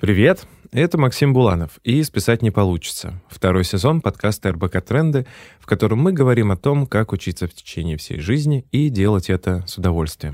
Привет, это Максим Буланов и «Списать не получится». Второй сезон подкаста РБК Тренды, в котором мы говорим о том, как учиться в течение всей жизни и делать это с удовольствием.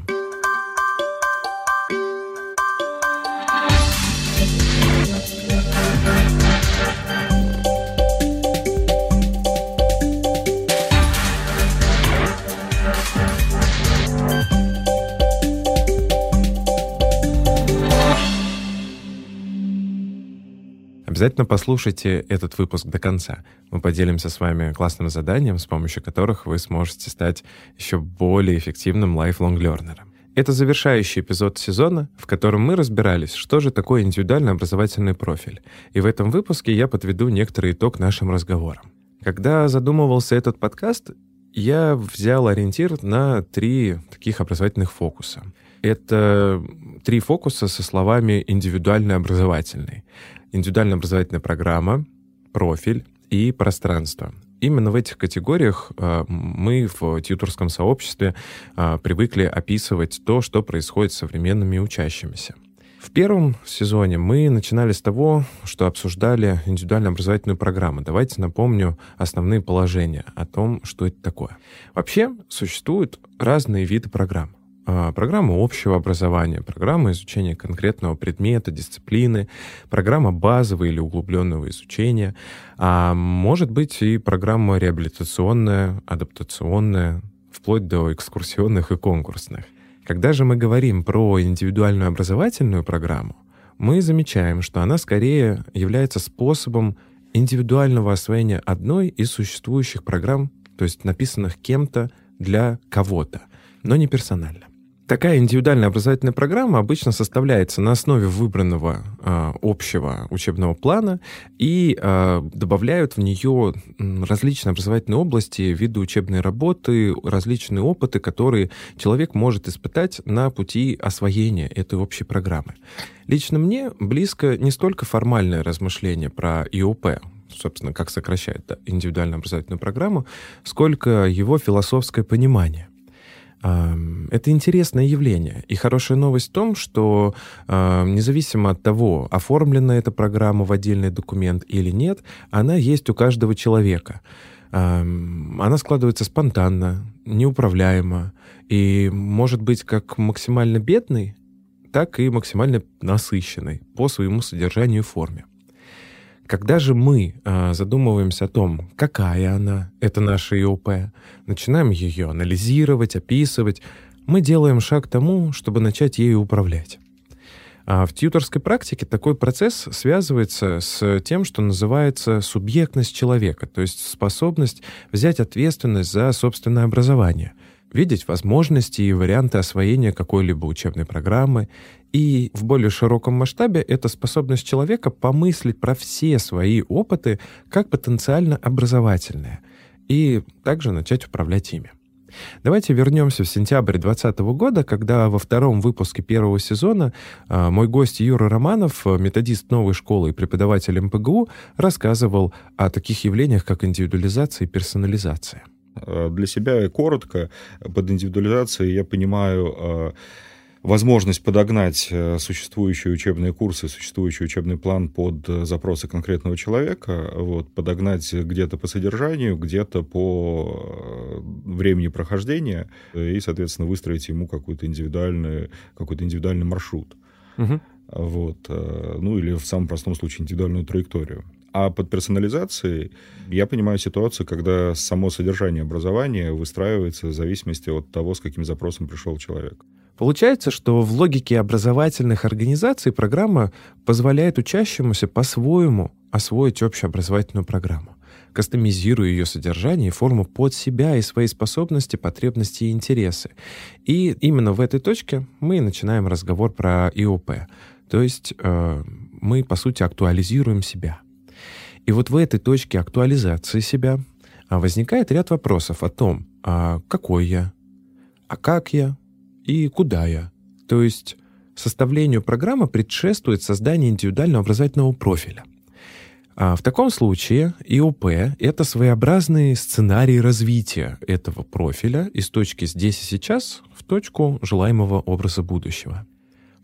Обязательно послушайте этот выпуск до конца. Мы поделимся с вами классным заданием, с помощью которых вы сможете стать еще более эффективным lifelong learner. Это завершающий эпизод сезона, в котором мы разбирались, что же такое индивидуальный образовательный профиль. И в этом выпуске я подведу некоторый итог нашим разговорам. Когда задумывался этот подкаст, я взял ориентир на 3 таких образовательных фокуса. Это 3 фокуса со словами «индивидуальный образовательный». Индивидуальная образовательная программа, профиль и пространство. Именно в этих категориях мы в тьюторском сообществе привыкли описывать то, что происходит с современными учащимися. В первом сезоне мы начинали с того, что обсуждали индивидуальную образовательную программу. Давайте напомню основные положения о том, что это такое. Вообще существуют разные виды программ. Программа общего образования, программа изучения конкретного предмета, дисциплины, программа базового или углубленного изучения, а может быть и программа реабилитационная, адаптационная, вплоть до экскурсионных и конкурсных. Когда же мы говорим про индивидуальную образовательную программу, мы замечаем, что она скорее является способом индивидуального освоения одной из существующих программ, то есть написанных кем-то для кого-то, но не персонально. Такая индивидуальная образовательная программа обычно составляется на основе выбранного общего учебного плана и добавляют в нее различные образовательные области, виды учебной работы, различные опыты, которые человек может испытать на пути освоения этой общей программы. Лично мне близко не столько формальное размышление про ИОП, собственно, как сокращает индивидуальную образовательную программу, сколько его философское понимание. Это интересное явление. И хорошая новость в том, что независимо от того, оформлена эта программа в отдельный документ или нет, она есть у каждого человека. Она складывается спонтанно, неуправляемо и может быть как максимально бедной, так и максимально насыщенной по своему содержанию и форме. Когда же мы задумываемся о том, какая она, это наша ИОП, начинаем ее анализировать, описывать, мы делаем шаг к тому, чтобы начать ею управлять. В тьюторской практике такой процесс связывается с тем, что называется субъектность человека, то есть способность взять ответственность за собственное образование, видеть возможности и варианты освоения какой-либо учебной программы. И в более широком масштабе это способность человека помыслить про все свои опыты как потенциально образовательные и также начать управлять ими. Давайте вернемся в сентябрь 2020 года, когда во 2-м выпуске 1-го сезона мой гость Юра Романов, методист новой школы и преподаватель МПГУ, рассказывал о таких явлениях, как индивидуализация и персонализация. Для себя коротко под индивидуализацией я понимаю возможность подогнать существующие учебные курсы, существующий учебный план под запросы конкретного человека, подогнать где-то по содержанию, где-то по времени прохождения и, соответственно, выстроить ему какой-то индивидуальный маршрут. Угу. Или в самом простом случае индивидуальную траекторию. А под персонализацией я понимаю ситуацию, когда само содержание образования выстраивается в зависимости от того, с каким запросом пришел человек. Получается, что в логике образовательных организаций программа позволяет учащемуся по-своему освоить общеобразовательную программу, кастомизируя ее содержание и форму под себя и свои способности, потребности и интересы. И именно в этой точке мы начинаем разговор про ИОП. То есть мы, по сути, актуализируем себя. И вот в этой точке актуализации себя возникает ряд вопросов о том, какой я, как я и куда я. То есть составлению программы предшествует создание индивидуального образовательного профиля. В таком случае ИОП — это своеобразный сценарий развития этого профиля из точки здесь и сейчас в точку желаемого образа будущего.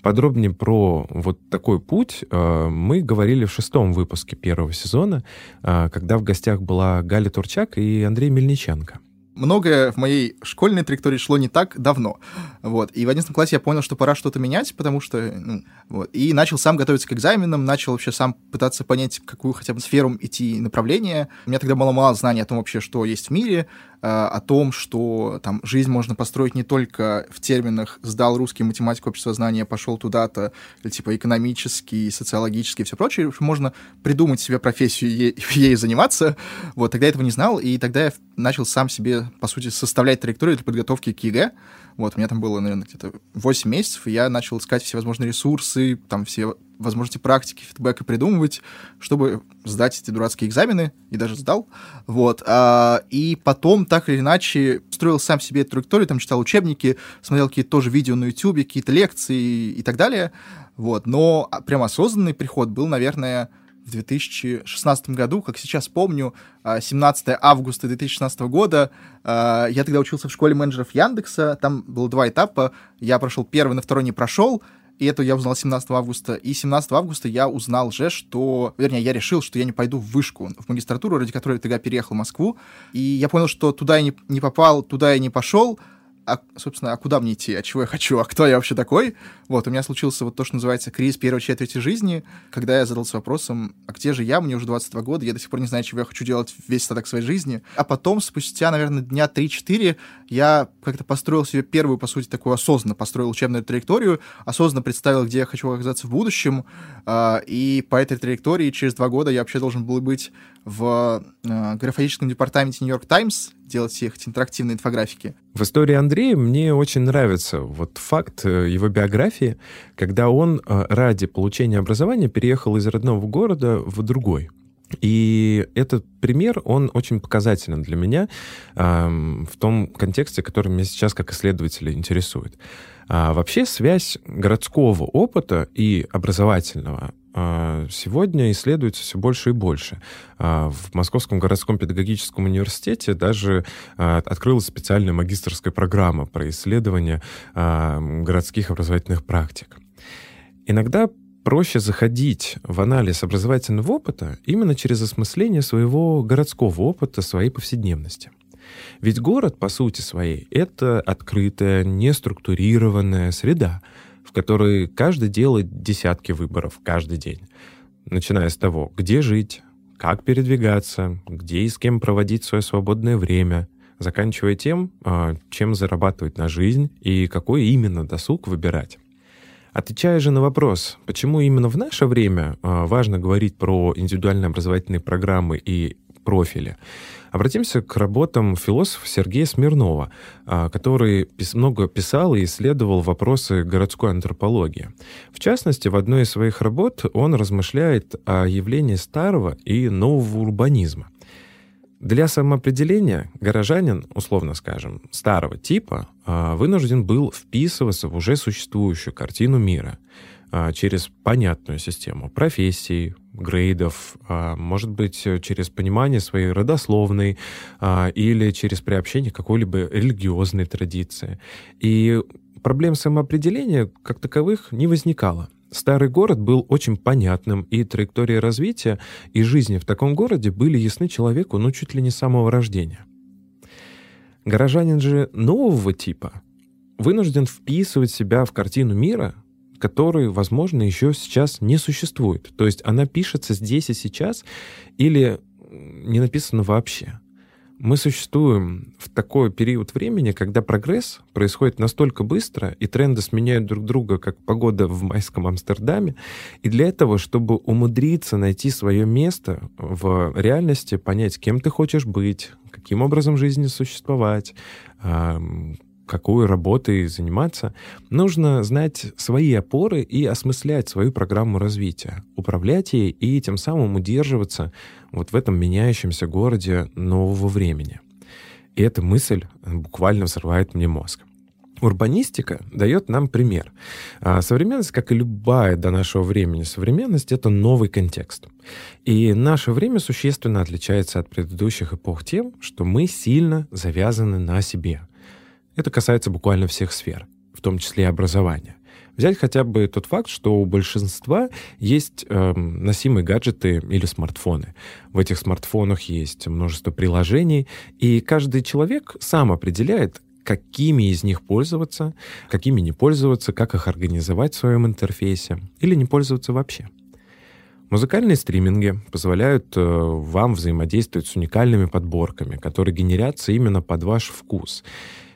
Подробнее про вот такой путь мы говорили в 6-м выпуске 1-го сезона, когда в гостях была Галя Турчак и Андрей Мельниченко. Многое в моей школьной траектории шло не так давно. Вот. И в 11 классе я понял, что пора что-то менять, потому что... вот. И начал сам готовиться к экзаменам, начал вообще сам пытаться понять, в какую хотя бы сферу идти направление. У меня тогда было мало знаний о том вообще, что есть в мире, о том, что там жизнь можно построить не только в терминах «сдал русский, математику, общество знания, пошел туда-то», или типа экономический, социологический и все прочее, что можно придумать себе профессию и ей заниматься. Вот. Тогда я этого не знал, и тогда я начал сам себе, по сути, составлять траекторию для подготовки к ЕГЭ. Вот, у меня там было, наверное, где-то 8 месяцев, и я начал искать все возможные ресурсы, там все возможности практики, фидбэка придумывать, чтобы сдать эти дурацкие экзамены, и даже сдал. Вот. И потом, так или иначе, строил сам себе эту траекторию, там читал учебники, смотрел какие-то тоже видео на YouTube, какие-то лекции и так далее. Вот. Но прям осознанный приход был, наверное, в 2016 году, как сейчас помню, 17 августа 2016 года, я тогда учился в школе менеджеров Яндекса, там было 2 этапа, я прошел первый, на второй не прошел, и это я узнал 17 августа, и 17 августа я узнал же, что, вернее, я решил, что я не пойду в вышку, в магистратуру, ради которой я тогда переехал в Москву, и я понял, что туда я не попал, туда я не пошел, собственно, куда мне идти, чего я хочу, кто я вообще такой. Вот, у меня случился вот то, что называется кризис первой четверти жизни, когда я задался вопросом, а где же я, мне уже 22 года, я до сих пор не знаю, чего я хочу делать весь остаток своей жизни. А потом, спустя, наверное, дня 3-4, я как-то построил себе первую, по сути, такую осознанно построил учебную траекторию, осознанно представил, где я хочу оказаться в будущем, и по этой траектории через 2 года я вообще должен был быть в графическом департаменте Нью-Йорк Таймс, делать все эти интерактивные инфографики. В истории Андрея мне очень нравится вот факт его биографии, когда он ради получения образования переехал из родного города в другой. И этот пример, он очень показателен для меня в том контексте, который меня сейчас как исследователя интересует. Вообще связь городского опыта и образовательного сегодня исследуется все больше и больше. В Московском городском педагогическом университете даже открылась специальная магистерская программа про исследование городских образовательных практик. Иногда проще заходить в анализ образовательного опыта именно через осмысление своего городского опыта, своей повседневности. Ведь город, по сути своей, это открытая, неструктурированная среда, в которой каждый делает десятки выборов каждый день. Начиная с того, где жить, как передвигаться, где и с кем проводить свое свободное время, заканчивая тем, чем зарабатывать на жизнь и какой именно досуг выбирать. Отвечая же на вопрос, почему именно в наше время важно говорить про индивидуальные образовательные программы и профили, обратимся к работам философа Сергея Смирнова, который много писал и исследовал вопросы городской антропологии. В частности, в одной из своих работ он размышляет о явлении старого и нового урбанизма. Для самоопределения горожанин, условно скажем, старого типа, вынужден был вписываться в уже существующую картину мира через понятную систему профессий, грейдов, может быть, через понимание своей родословной или через приобщение к какой-либо религиозной традиции. И проблем самоопределения как таковых не возникало. Старый город был очень понятным, и траектория развития и жизни в таком городе были ясны человеку, чуть ли не с самого рождения. Горожанин же нового типа вынужден вписывать себя в картину мира, который, возможно, еще сейчас не существует. То есть она пишется здесь и сейчас или не написана вообще. Мы существуем в такой период времени, когда прогресс происходит настолько быстро, и тренды сменяют друг друга, как погода в майском Амстердаме. И для этого, чтобы умудриться найти свое место в реальности, понять, кем ты хочешь быть, каким образом жизни существовать, какой работой заниматься, нужно знать свои опоры и осмыслять свою программу развития, управлять ей и тем самым удерживаться вот в этом меняющемся городе нового времени. И эта мысль буквально взрывает мне мозг. Урбанистика дает нам пример. Современность, как и любая до нашего времени современность, это новый контекст. И наше время существенно отличается от предыдущих эпох тем, что мы сильно завязаны на себе. Это касается буквально всех сфер, в том числе и образования. Взять хотя бы тот факт, что у большинства есть носимые гаджеты или смартфоны. В этих смартфонах есть множество приложений, и каждый человек сам определяет, какими из них пользоваться, какими не пользоваться, как их организовать в своем интерфейсе или не пользоваться вообще. Музыкальные стриминги позволяют вам взаимодействовать с уникальными подборками, которые генерятся именно под ваш вкус.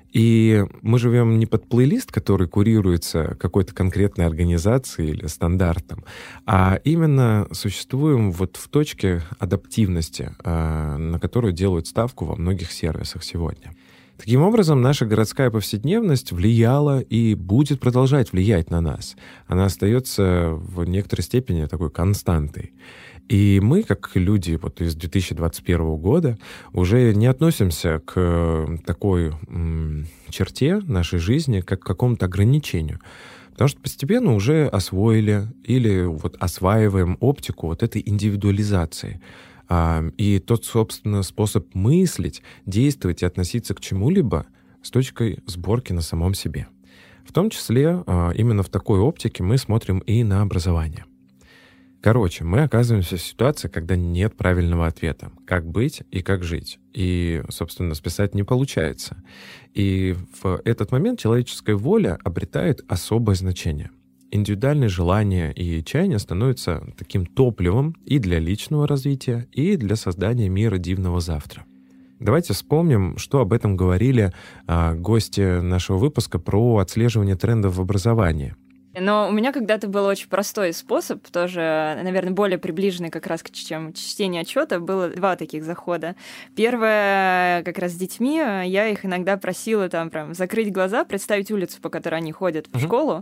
И мы живем не под плейлист, который курируется какой-то конкретной организацией или стандартом, а именно существуем вот в точке адаптивности, на которую делают ставку во многих сервисах сегодня. Таким образом, наша городская повседневность влияла и будет продолжать влиять на нас. Она остается в некоторой степени такой константой. И мы, как люди вот из 2021 года, уже не относимся к такой черте нашей жизни, как к какому-то ограничению. Потому что постепенно уже освоили или вот осваиваем оптику вот этой индивидуализации. И тот, собственно, способ мыслить, действовать и относиться к чему-либо с точкой сборки на самом себе. В том числе именно в такой оптике мы смотрим и на образование. Короче, мы оказываемся в ситуации, когда нет правильного ответа. Как быть и как жить. И, собственно, списать не получается. И в этот момент человеческая воля обретает особое значение. Индивидуальные желания и чаяния становятся таким топливом и для личного развития, и для создания мира дивного завтра. Давайте вспомним, что об этом говорили гости нашего выпуска про отслеживание трендов в образовании. Но у меня когда-то был очень простой способ, тоже, наверное, более приближенный как раз к чтению отчета. Было 2 таких захода. Первое, как раз с детьми, я их иногда просила там прям закрыть глаза, представить улицу, по которой они ходят в школу,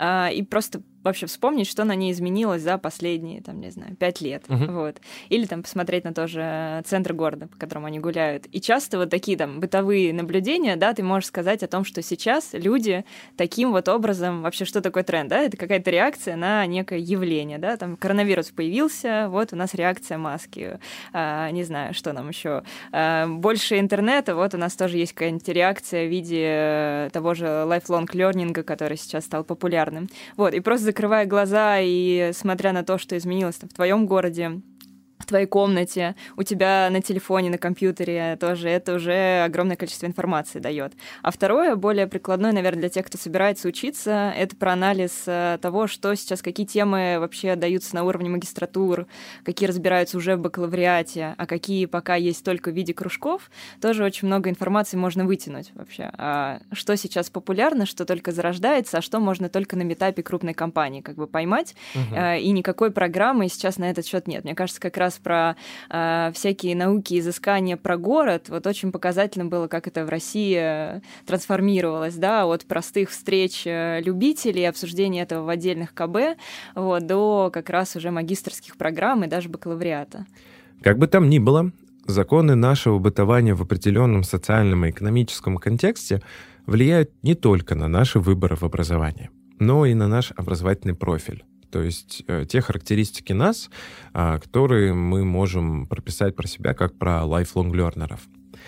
и просто вообще вспомнить, что на ней изменилось за последние, там, не знаю, 5 лет. Вот. Или там посмотреть на тоже центр города, по которому они гуляют. И часто вот такие там бытовые наблюдения, да, ты можешь сказать о том, что сейчас люди таким вот образом, вообще, что такое тренд, да, это какая-то реакция на некое явление, да, там коронавирус появился, вот у нас реакция маски, не знаю, что нам еще, больше интернета, вот у нас тоже есть какая-нибудь реакция в виде того же lifelong learning, который сейчас стал популярным. Вот, и просто закрывая глаза и смотря на то, что изменилось там в твоем городе, в твоей комнате, у тебя на телефоне, на компьютере тоже, это уже огромное количество информации дает. А второе, более прикладное, наверное, для тех, кто собирается учиться, это про анализ того, что сейчас, какие темы вообще даются на уровне магистратур, какие разбираются уже в бакалавриате, а какие пока есть только в виде кружков. Тоже очень много информации можно вытянуть вообще. А что сейчас популярно, что только зарождается, а что можно только на метапе крупной компании как бы поймать. И никакой программы сейчас на этот счет нет. Мне кажется, как раз про всякие науки, изыскания про город, вот очень показательно было, как это в России трансформировалось, да, от простых встреч любителей, обсуждения этого в отдельных КБ, вот, до как раз уже магистерских программ и даже бакалавриата. Как бы там ни было, законы нашего бытования в определенном социальном и экономическом контексте влияют не только на наши выборы в образовании, но и на наш образовательный профиль. То есть те характеристики нас, которые мы можем прописать про себя как про lifelong learner'ов.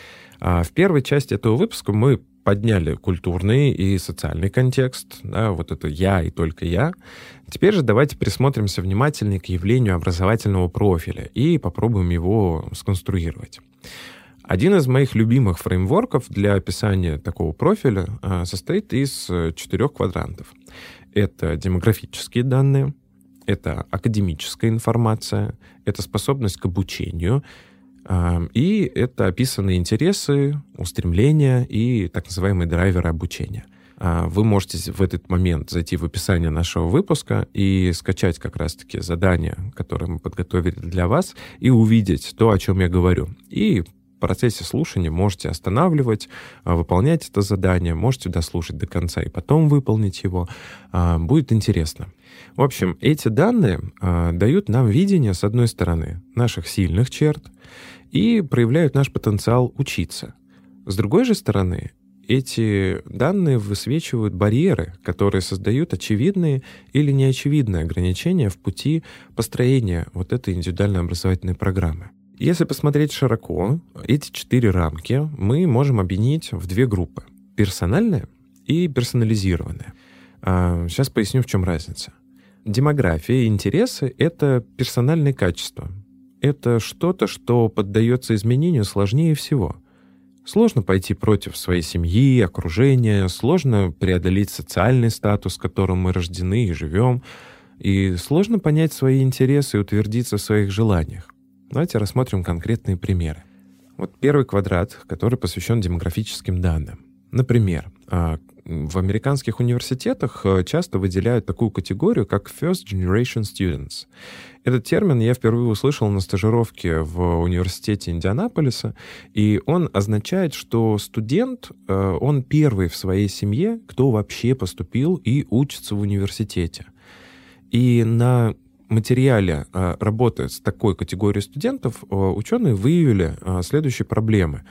В первой части этого выпуска мы подняли культурный и социальный контекст, да, вот это «я» и только «я». Теперь же давайте присмотримся внимательнее к явлению образовательного профиля и попробуем его сконструировать. Один из моих любимых фреймворков для описания такого профиля состоит из 4 квадрантов. Это демографические данные, это академическая информация, это способность к обучению, и это описанные интересы, устремления и так называемые драйверы обучения. Вы можете в этот момент зайти в описание нашего выпуска и скачать как раз-таки задание, которое мы подготовили для вас, и увидеть то, о чем я говорю. И в процессе слушания можете останавливать, выполнять это задание, можете дослушать до конца и потом выполнить его. Будет интересно. В общем, эти данные дают нам видение, с одной стороны, наших сильных черт и проявляют наш потенциал учиться. С другой же стороны, эти данные высвечивают барьеры, которые создают очевидные или неочевидные ограничения в пути построения вот этой индивидуальной образовательной программы. Если посмотреть широко, эти 4 рамки мы можем объединить в 2 группы. Персональная и персонализированная. Сейчас поясню, в чем разница. Демография и интересы — это персональные качества. Это что-то, что поддается изменению сложнее всего. Сложно пойти против своей семьи, окружения, сложно преодолеть социальный статус, в котором мы рождены и живем, и сложно понять свои интересы и утвердиться в своих желаниях. Давайте рассмотрим конкретные примеры. Вот первый квадрат, который посвящен демографическим данным. Например, в американских университетах часто выделяют такую категорию, как First Generation Students. Этот термин я впервые услышал на стажировке в университете Индианаполиса, и он означает, что студент, он первый в своей семье, кто вообще поступил и учится в университете. И на материале работы с такой категорией студентов ученые выявили следующие проблемы,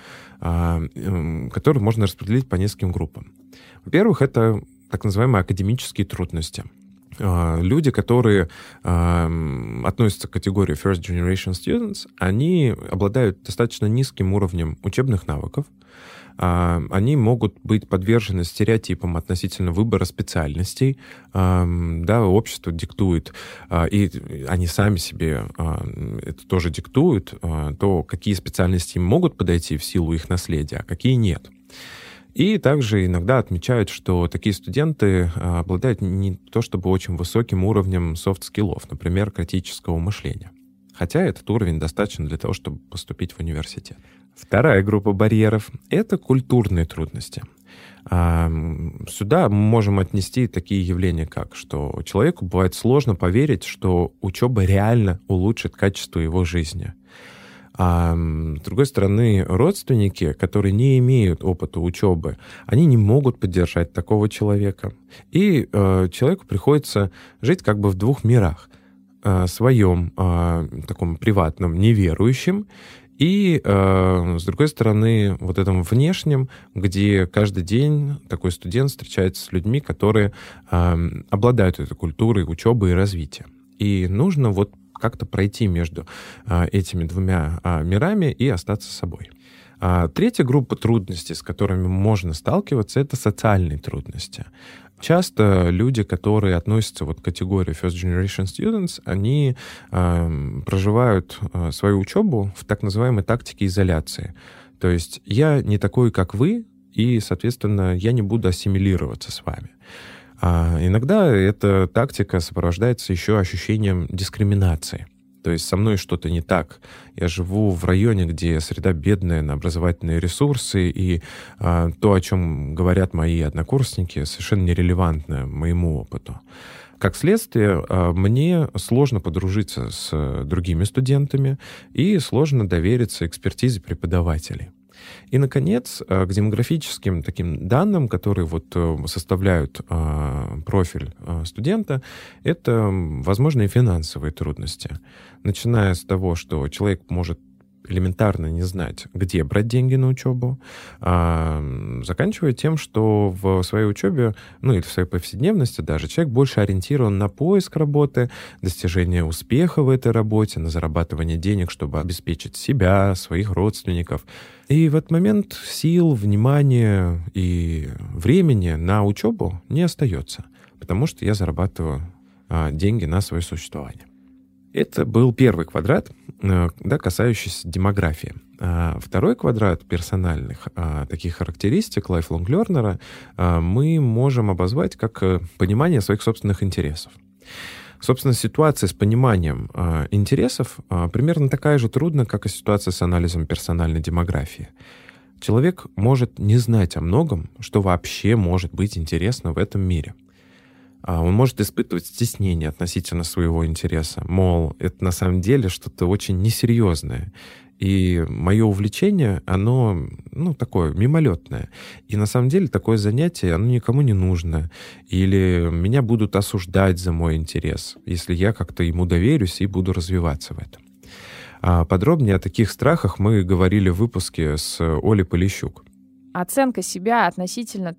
которые можно распределить по нескольким группам. Во-первых, это так называемые академические трудности. Люди, которые относятся к категории First Generation Students, они обладают достаточно низким уровнем учебных навыков, они могут быть подвержены стереотипам относительно выбора специальностей. Да, общество диктует, и они сами себе это тоже диктуют, то, какие специальности им могут подойти в силу их наследия, а какие нет. И также иногда отмечают, что такие студенты обладают не то чтобы очень высоким уровнем софт-скиллов, например, критического мышления. Хотя этот уровень достаточно для того, чтобы поступить в университет. Вторая группа барьеров — это культурные трудности. Сюда мы можем отнести такие явления, как что человеку бывает сложно поверить, что учеба реально улучшит качество его жизни. А с другой стороны, родственники, которые не имеют опыта учебы, они не могут поддержать такого человека. И человеку приходится жить как бы в двух мирах. Своем таком приватном, неверующем, и, с другой стороны, вот этом внешнем, где каждый день такой студент встречается с людьми, которые обладают этой культурой учебы и развития. И нужно вот как-то пройти между этими двумя мирами и остаться собой. Третья группа трудностей, с которыми можно сталкиваться, это социальные трудности. Часто люди, которые относятся вот к категории First Generation Students, они проживают свою учебу в так называемой тактике изоляции. То есть я не такой, как вы, и, соответственно, я не буду ассимилироваться с вами. Иногда эта тактика сопровождается еще ощущением дискриминации. То есть со мной что-то не так. Я живу в районе, где среда бедная на образовательные ресурсы, и то, о чем говорят мои однокурсники, совершенно нерелевантно моему опыту. Как следствие, мне сложно подружиться с другими студентами и сложно довериться экспертизе преподавателей. И, наконец, к демографическим таким данным, которые вот составляют профиль студента, это возможные финансовые трудности. Начиная с того, что человек может элементарно не знать, где брать деньги на учебу, заканчивая тем, что в своей учебе, ну или в своей повседневности даже, человек больше ориентирован на поиск работы, достижение успеха в этой работе, на зарабатывание денег, чтобы обеспечить себя, своих родственников. И в этот момент сил, внимания и времени на учебу не остается, потому что я зарабатываю деньги на свое существование. Это был первый квадрат, да, касающийся демографии. Второй квадрат персональных таких характеристик lifelong learner мы можем обозвать как понимание своих собственных интересов. Собственно, ситуация с пониманием интересов примерно такая же трудная, как и ситуация с анализом персональной демографии. Человек может не знать о многом, что вообще может быть интересно в этом мире. Он может испытывать стеснение относительно своего интереса. Мол, это на самом деле что-то очень несерьезное. И мое увлечение, оно, такое мимолетное. И на самом деле такое занятие, оно никому не нужно. Или меня будут осуждать за мой интерес, если я как-то ему доверюсь и буду развиваться в этом. Подробнее о таких страхах мы говорили в выпуске с Олей Полищук. Оценка себя относительно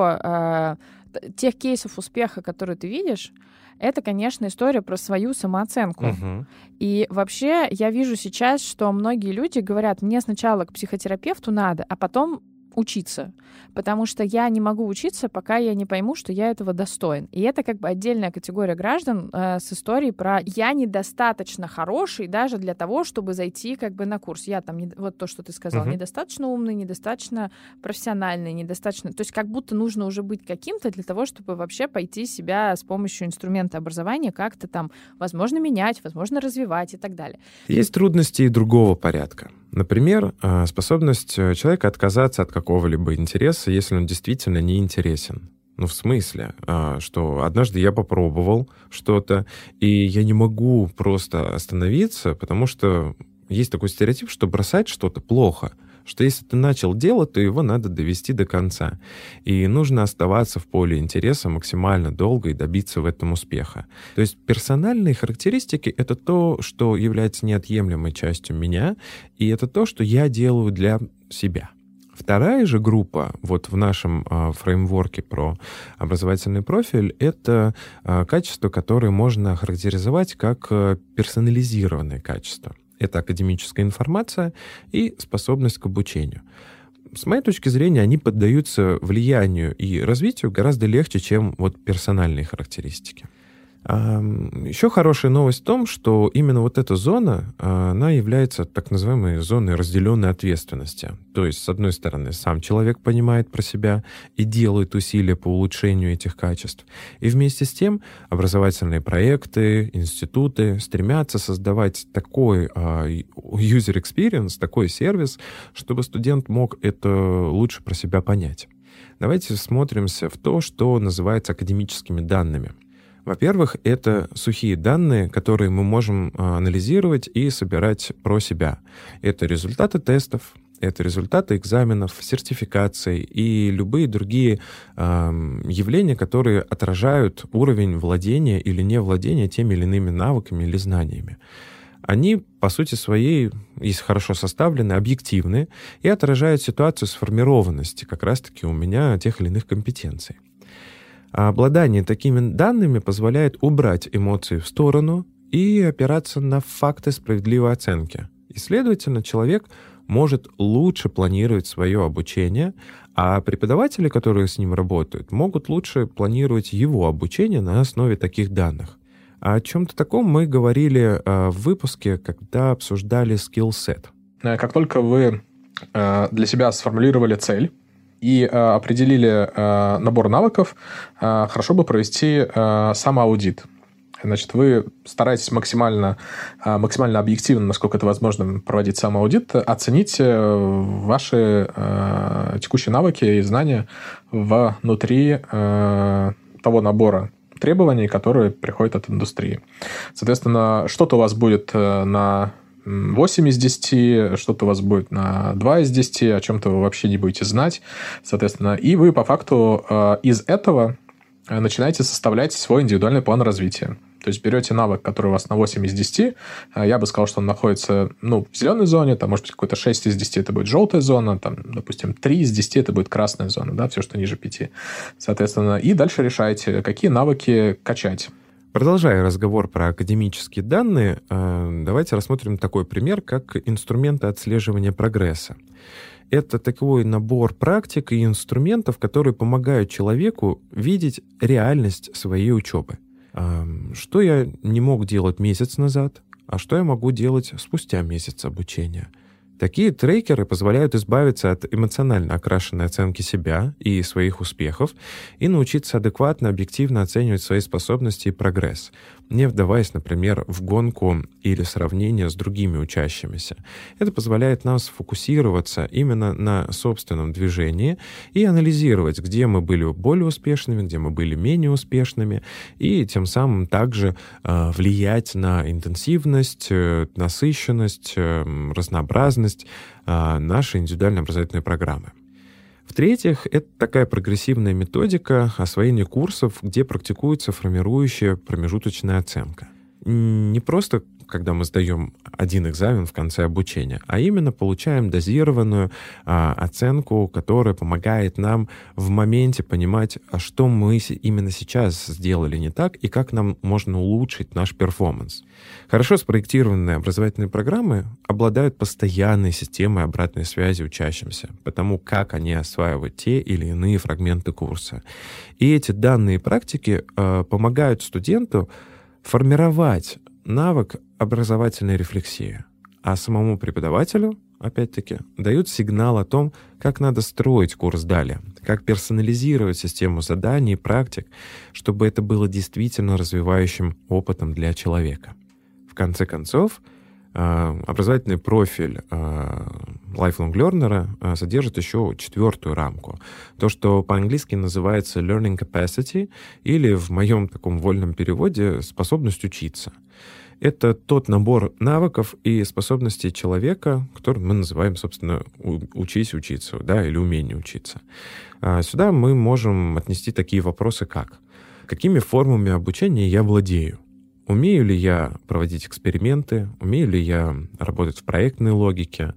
тех кейсов успеха, которые ты видишь, это, конечно, история про свою самооценку. Угу. И вообще я вижу сейчас, что многие люди говорят, мне сначала к психотерапевту надо, а потом учиться, потому что я не могу учиться, пока я не пойму, что я этого достоин. И это как бы отдельная категория граждан с историей про «я недостаточно хороший даже для того, чтобы зайти как бы на курс». Я там, вот то, что ты сказал, недостаточно умный, недостаточно профессиональный, недостаточно... То есть как будто нужно уже быть каким-то для того, чтобы вообще пойти себя с помощью инструмента образования как-то там, возможно, менять, возможно, развивать и так далее. Есть трудности и другого порядка. Например, способность человека отказаться от какого-либо интереса, если он действительно не интересен. Ну, в смысле, что однажды я попробовал что-то, и я не могу просто остановиться, потому что есть такой стереотип, что бросать что-то плохо, что если ты начал дело, то его надо довести до конца. И нужно оставаться в поле интереса максимально долго и добиться в этом успеха. То есть персональные характеристики — это то, что является неотъемлемой частью меня, и это то, что я делаю для себя. Вторая же группа, вот в нашем фреймворке про образовательный профиль, это качества, которые можно охарактеризовать как персонализированные качества. Это академическая информация и способность к обучению. С моей точки зрения, они поддаются влиянию и развитию гораздо легче, чем вот персональные характеристики. Еще хорошая новость в том, что именно вот эта зона, она является так называемой зоной разделенной ответственности. То есть, с одной стороны, сам человек понимает про себя и делает усилия по улучшению этих качеств. И вместе с тем образовательные проекты, институты стремятся создавать такой user experience, такой сервис, чтобы студент мог это лучше про себя понять. Давайте всмотримся в то, что называется академическими данными. Во-первых, это сухие данные, которые мы можем анализировать и собирать про себя. Это результаты тестов, это результаты экзаменов, сертификаций и любые другие явления, которые отражают уровень владения или невладения теми или иными навыками или знаниями. Они, по сути своей, если хорошо составлены, объективны и отражают ситуацию сформированности как раз-таки у меня тех или иных компетенций. А обладание такими данными позволяет убрать эмоции в сторону и опираться на факты справедливой оценки. И, следовательно, человек может лучше планировать свое обучение, а преподаватели, которые с ним работают, могут лучше планировать его обучение на основе таких данных. О чем-то таком мы говорили в выпуске, когда обсуждали скиллсет. Как только вы для себя сформулировали цель, и определили набор навыков, хорошо бы провести самоаудит. Значит, вы стараетесь максимально объективно, насколько это возможно, проводить самоаудит, оценить ваши текущие навыки и знания внутри того набора требований, которые приходят от индустрии. Соответственно, что-то у вас будет на 8 из 10, что-то у вас будет на 2 из 10, о чем-то вы вообще не будете знать, соответственно. И вы по факту из этого начинаете составлять свой индивидуальный план развития. То есть берете навык, который у вас на 8 из 10, я бы сказал, что он находится в зеленой зоне, там, может быть, какой-то 6 из 10 это будет желтая зона, там, допустим, 3 из 10 это будет красная зона, да, все, что ниже 5. Соответственно, и дальше решаете, какие навыки качать. Продолжая разговор про академические данные, давайте рассмотрим такой пример, как инструменты отслеживания прогресса. Это такой набор практик и инструментов, которые помогают человеку видеть реальность своей учебы. Что я не мог делать месяц назад, а что я могу делать спустя месяц обучения. Такие трекеры позволяют избавиться от эмоционально окрашенной оценки себя и своих успехов и научиться адекватно, объективно оценивать свои способности и прогресс, не вдаваясь, например, в гонку или сравнение с другими учащимися. Это позволяет нам сфокусироваться именно на собственном движении и анализировать, где мы были более успешными, где мы были менее успешными, и тем самым также влиять на интенсивность, насыщенность, разнообразность нашей индивидуальной образовательной программы. В-третьих, это такая прогрессивная методика освоения курсов, где практикуется формирующая промежуточная оценка. не просто, когда мы сдаем один экзамен в конце обучения, а именно получаем дозированную оценку, которая помогает нам в моменте понимать, что мы именно сейчас сделали не так и как нам можно улучшить наш перформанс. Хорошо спроектированные образовательные программы обладают постоянной системой обратной связи учащимся, потому как они осваивают те или иные фрагменты курса. И эти данные и практики помогают студенту формировать навык образовательной рефлексии, а самому преподавателю, опять-таки, дают сигнал о том, как надо строить курс далее, как персонализировать систему заданий и практик, чтобы это было действительно развивающим опытом для человека. В конце концов, образовательный профиль lifelong learner содержит еще 4-ю рамку. То, что по-английски называется learning capacity, или в моем таком вольном переводе способность учиться. Это тот набор навыков и способностей человека, который мы называем, собственно, «учись учиться», да, или «умение учиться». Сюда мы можем отнести такие вопросы, как: какими формами обучения я владею? Умею ли я проводить эксперименты? Умею ли я работать в проектной логике?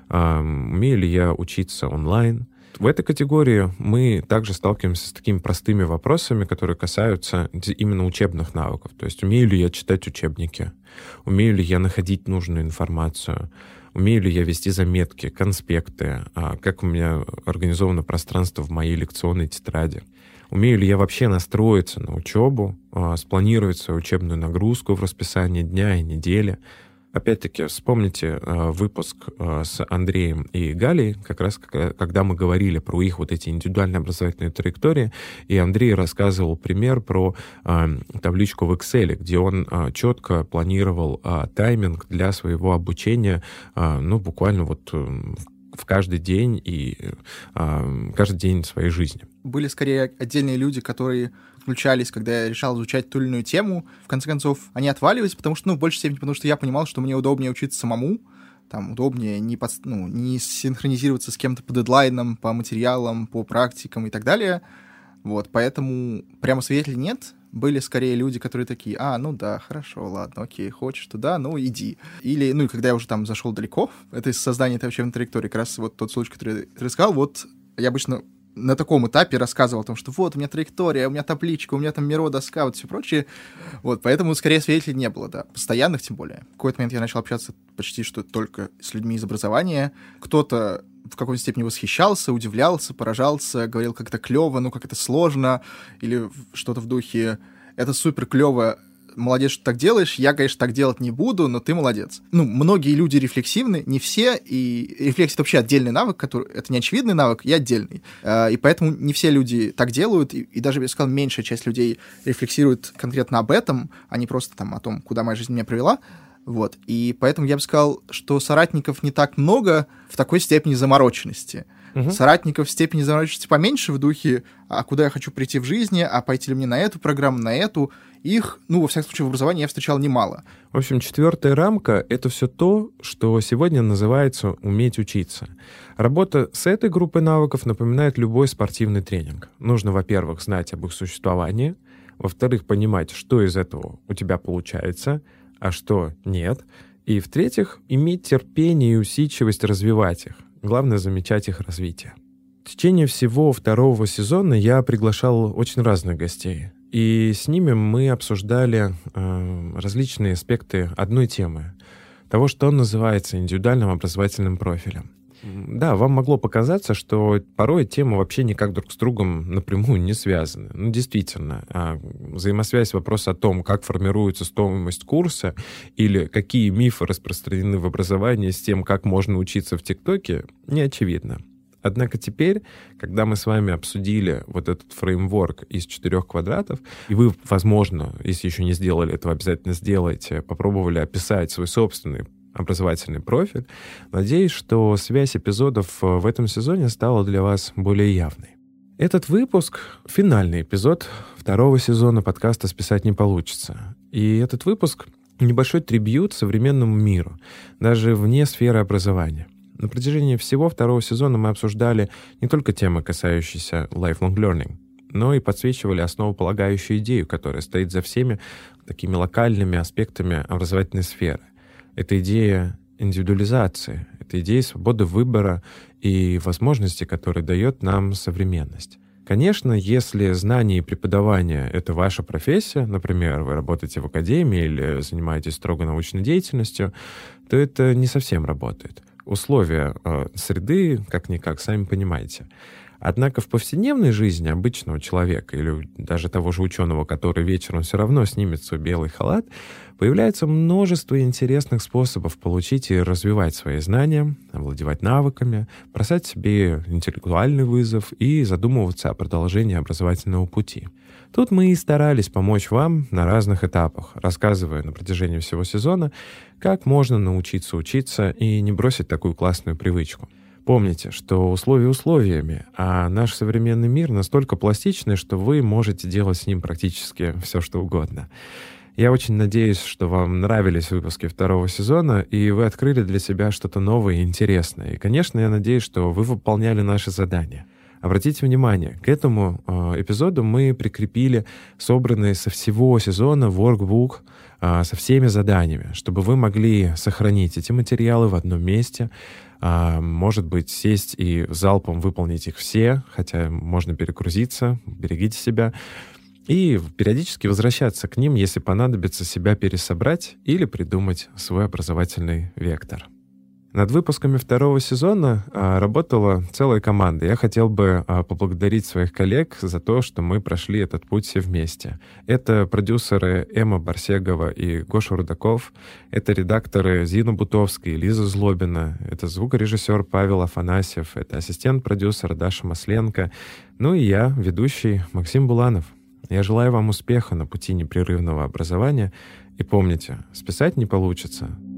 Умею ли я учиться онлайн? В этой категории мы также сталкиваемся с такими простыми вопросами, которые касаются именно учебных навыков. То есть умею ли я читать учебники? Умею ли я находить нужную информацию? Умею ли я вести заметки, конспекты? Как у меня организовано пространство в моей лекционной тетради? Умею ли я вообще настроиться на учебу, спланировать свою учебную нагрузку в расписании дня и недели? Опять-таки, вспомните выпуск с Андреем и Галей, как раз когда мы говорили про их вот эти индивидуальные образовательные траектории, и Андрей рассказывал пример про табличку в Excel, где он четко планировал тайминг для своего обучения, буквально вот в каждый день и каждый день своей жизни. Были скорее отдельные люди, которые включались, когда я решал изучать ту или иную тему. В конце концов, они отваливались, потому что, в большей степени, потому что я понимал, что мне удобнее учиться самому, там удобнее не синхронизироваться с кем-то по дедлайнам, по материалам, по практикам и так далее. Вот, поэтому прямо свидетелей нет. Были скорее люди, которые такие: да, хорошо, ладно, окей, хочешь туда, иди. Или, и когда я уже там зашел далеко, это из создания этой учебной траектории, как раз вот тот случай, который ты рассказал, вот я обычно на таком этапе рассказывал о том, что вот у меня траектория, у меня табличка, у меня там Миро, доска, вот все прочее. Вот, поэтому скорее свидетелей не было, да, постоянных тем более. В какой-то момент я начал общаться почти что только с людьми из образования. Кто-то в какой-то степени восхищался, удивлялся, поражался, говорил, как это клево, как это сложно, или что-то в духе: это супер клево, молодец, что так делаешь, я, конечно, так делать не буду, но ты молодец. Многие люди рефлексивны, не все, и рефлексия — это вообще отдельный навык, это не очевидный навык, и отдельный. И поэтому не все люди так делают, и даже, я бы сказал, меньшая часть людей рефлексирует конкретно об этом, а не просто о том, куда моя жизнь меня привела. Вот. И поэтому я бы сказал, что соратников не так много в такой степени замороченности. Соратников в степени замороченности поменьше, в духе: а куда я хочу прийти в жизни, а пойти ли мне на эту программу, на эту. Их, во всяком случае, в образовании я встречал немало. В общем, 4-я рамка — это все то, что сегодня называется «уметь учиться». Работа с этой группой навыков напоминает любой спортивный тренинг. Нужно, во-первых, знать об их существовании, во-вторых, понимать, что из этого у тебя получается, а что нет, и, в-третьих, иметь терпение и усидчивость развивать их. Главное — замечать их развитие. В течение всего 2-го сезона я приглашал очень разных гостей, и с ними мы обсуждали различные аспекты одной темы, того, что называется индивидуальным образовательным профилем. Да, вам могло показаться, что порой темы вообще никак друг с другом напрямую не связаны. Действительно, взаимосвязь вопроса о том, как формируется стоимость курса или какие мифы распространены в образовании с тем, как можно учиться в ТикТоке, не очевидна. Однако теперь, когда мы с вами обсудили вот этот фреймворк из 4 квадратов, и вы, возможно, если еще не сделали этого, обязательно сделайте, попробовали описать свой собственный образовательный профиль, надеюсь, что связь эпизодов в этом сезоне стала для вас более явной. Этот выпуск — финальный эпизод 2-го сезона подкаста «Списать не получится». И этот выпуск — небольшой трибьют современному миру, даже вне сферы образования. На протяжении всего 2-го сезона мы обсуждали не только темы, касающиеся lifelong learning, но и подсвечивали основополагающую идею, которая стоит за всеми такими локальными аспектами образовательной сферы. Это идея индивидуализации, это идея свободы выбора и возможности, которые дает нам современность. Конечно, если знание и преподавание — это ваша профессия, например, вы работаете в академии или занимаетесь строго научной деятельностью, то это не совсем работает. Условия среды, как-никак, сами понимаете. Однако в повседневной жизни обычного человека или даже того же ученого, который вечером все равно снимет свой белый халат, появляется множество интересных способов получить и развивать свои знания, овладевать навыками, бросать себе интеллектуальный вызов и задумываться о продолжении образовательного пути. Тут мы и старались помочь вам на разных этапах, рассказывая на протяжении всего сезона, как можно научиться учиться и не бросить такую классную привычку. Помните, что условия условиями, а наш современный мир настолько пластичный, что вы можете делать с ним практически все, что угодно. Я очень надеюсь, что вам нравились выпуски 2 сезона, и вы открыли для себя что-то новое и интересное. И, конечно, я надеюсь, что вы выполняли наши задания. Обратите внимание, к этому эпизоду мы прикрепили собранный со всего сезона workbook со всеми заданиями, чтобы вы могли сохранить эти материалы в одном месте, может быть, сесть и залпом выполнить их все, хотя можно перегрузиться, берегите себя, и периодически возвращаться к ним, если понадобится себя пересобрать или придумать свой образовательный вектор. Над выпусками 2 сезона работала целая команда. Я хотел бы поблагодарить своих коллег за то, что мы прошли этот путь все вместе. Это продюсеры Эмма Барсегова и Гоша Рудаков, это редакторы Зина Бутовская и Лиза Злобина, это звукорежиссер Павел Афанасьев, это ассистент-продюсер Даша Масленко, ну и я, ведущий Максим Буланов. Я желаю вам успеха на пути непрерывного образования. И помните, списать не получится,